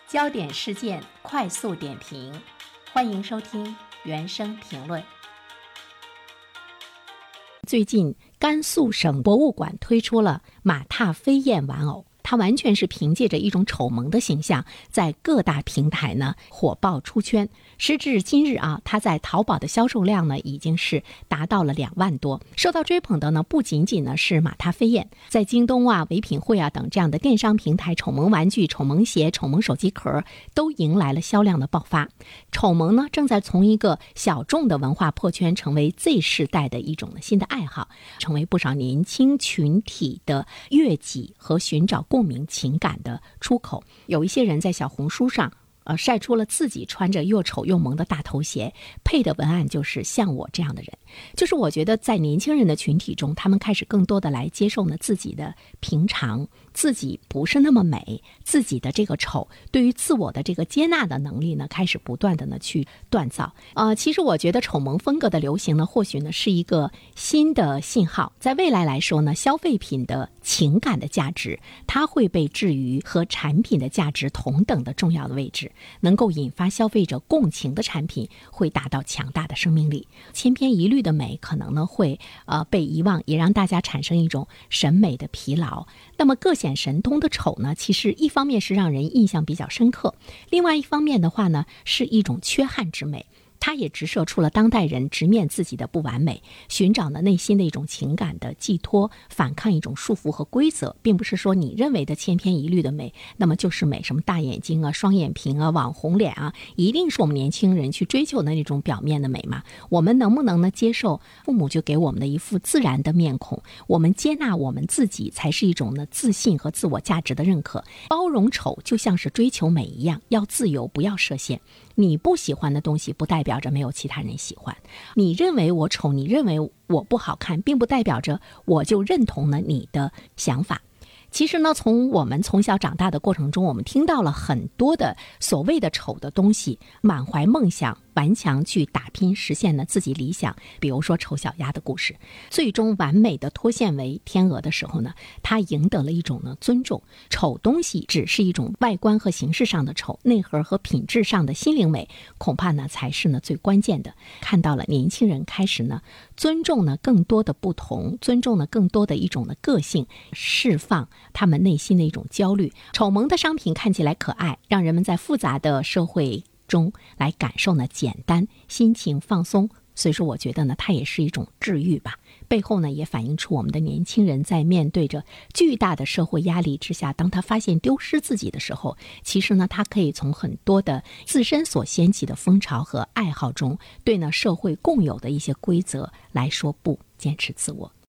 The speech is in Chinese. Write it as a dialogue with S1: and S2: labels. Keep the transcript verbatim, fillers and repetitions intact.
S1: 焦点事件快速点评，欢迎收听原声评论。最近，甘肃省博物馆推出了马踏飞燕玩偶，它完全是凭借着一种丑萌的形象，在各大平台呢火爆出圈。时至今日啊，它在淘宝的销售量呢已经是达到了两万多。受到追捧的呢不仅仅呢是马踏飞燕，在京东啊、唯品会啊等这样的电商平台，丑萌玩具、丑萌鞋、丑萌手机壳都迎来了销量的爆发。丑萌呢正在从一个小众的文化破圈，成为 Z 世代的一种新的爱好，成为不少年轻群体的悦己和寻找共鸣情感的出口。有一些人在小红书上呃，晒出了自己穿着又丑又萌的大头鞋，配的文案就是像我这样的人。就是我觉得在年轻人的群体中，他们开始更多的来接受呢自己的平常，自己不是那么美，自己的这个丑，对于自我的这个接纳的能力呢，开始不断的呢去锻造。呃，其实我觉得丑萌风格的流行呢，或许呢是一个新的信号，在未来来说呢，消费品的情感的价值，它会被置于和产品的价值同等的重要的位置。能够引发消费者共情的产品会达到强大的生命力，千篇一律的美可能呢会呃被遗忘，也让大家产生一种审美的疲劳。那么各显神通的丑呢，其实一方面是让人印象比较深刻，另外一方面的话呢，是一种缺憾之美。它也直射出了当代人直面自己的不完美，寻找呢内心的一种情感的寄托，反抗一种束缚和规则，并不是说你认为的千篇一律的美，那么就是美，什么大眼睛啊、双眼皮啊、网红脸啊，一定是我们年轻人去追求的那种表面的美嘛？我们能不能呢接受父母就给我们的一副自然的面孔？我们接纳我们自己，才是一种呢自信和自我价值的认可。包容丑就像是追求美一样，要自由，不要设限。你不喜欢的东西，不代表着没有其他人喜欢。你认为我丑，你认为我不好看，并不代表着我就认同了你的想法。其实呢，从我们从小长大的过程中，我们听到了很多的所谓的丑的东西，满怀梦想，顽强去打拼实现了自己理想。比如说丑小鸭的故事，最终完美的脱线为天鹅的时候呢，它赢得了一种呢尊重。丑东西只是一种外观和形式上的丑，内核和品质上的心灵美，恐怕呢才是呢最关键的。看到了年轻人开始呢尊重呢更多的不同，尊重呢更多的一种的个性，释放他们内心的一种焦虑。丑萌的商品看起来可爱，让人们在复杂的社会中来感受呢简单，心情放松。所以说我觉得呢它也是一种治愈吧，背后呢也反映出我们的年轻人在面对着巨大的社会压力之下，当他发现丢失自己的时候，其实呢他可以从很多的自身所掀起的风潮和爱好中，对呢社会共有的一些规则来说不，坚持自我。